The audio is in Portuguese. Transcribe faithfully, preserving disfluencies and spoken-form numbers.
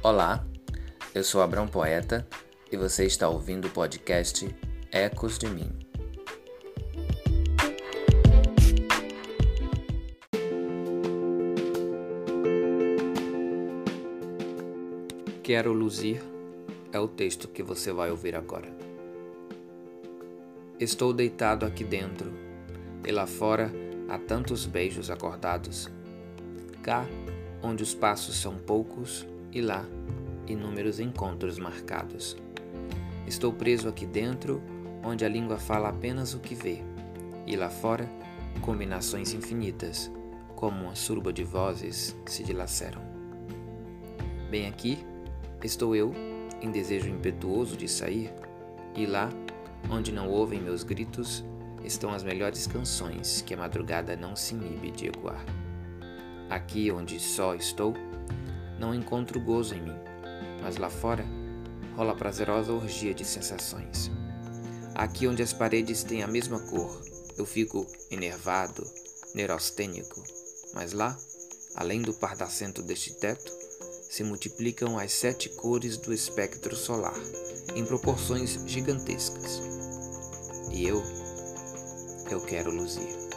Olá, eu sou Abrão Poeta e você está ouvindo o podcast Ecos de Mim. Quero luzir é o texto que você vai ouvir agora. Estou deitado aqui dentro e lá fora há tantos beijos acordados. Cá, onde os passos são poucos, e lá, inúmeros encontros marcados. Estou preso aqui dentro, onde a língua fala apenas o que vê, e lá fora, combinações infinitas, como uma surba de vozes, se dilaceram. Bem aqui, estou eu, em desejo impetuoso de sair, e lá, onde não ouvem meus gritos, estão as melhores canções que a madrugada não se inibe de ecoar. Aqui onde só estou, não encontro gozo em mim, mas lá fora rola prazerosa orgia de sensações. Aqui onde as paredes têm a mesma cor, eu fico enervado, neurastênico, mas lá, além do pardacento deste teto, se multiplicam as sete cores do espectro solar, em proporções gigantescas. E eu, eu quero luzir.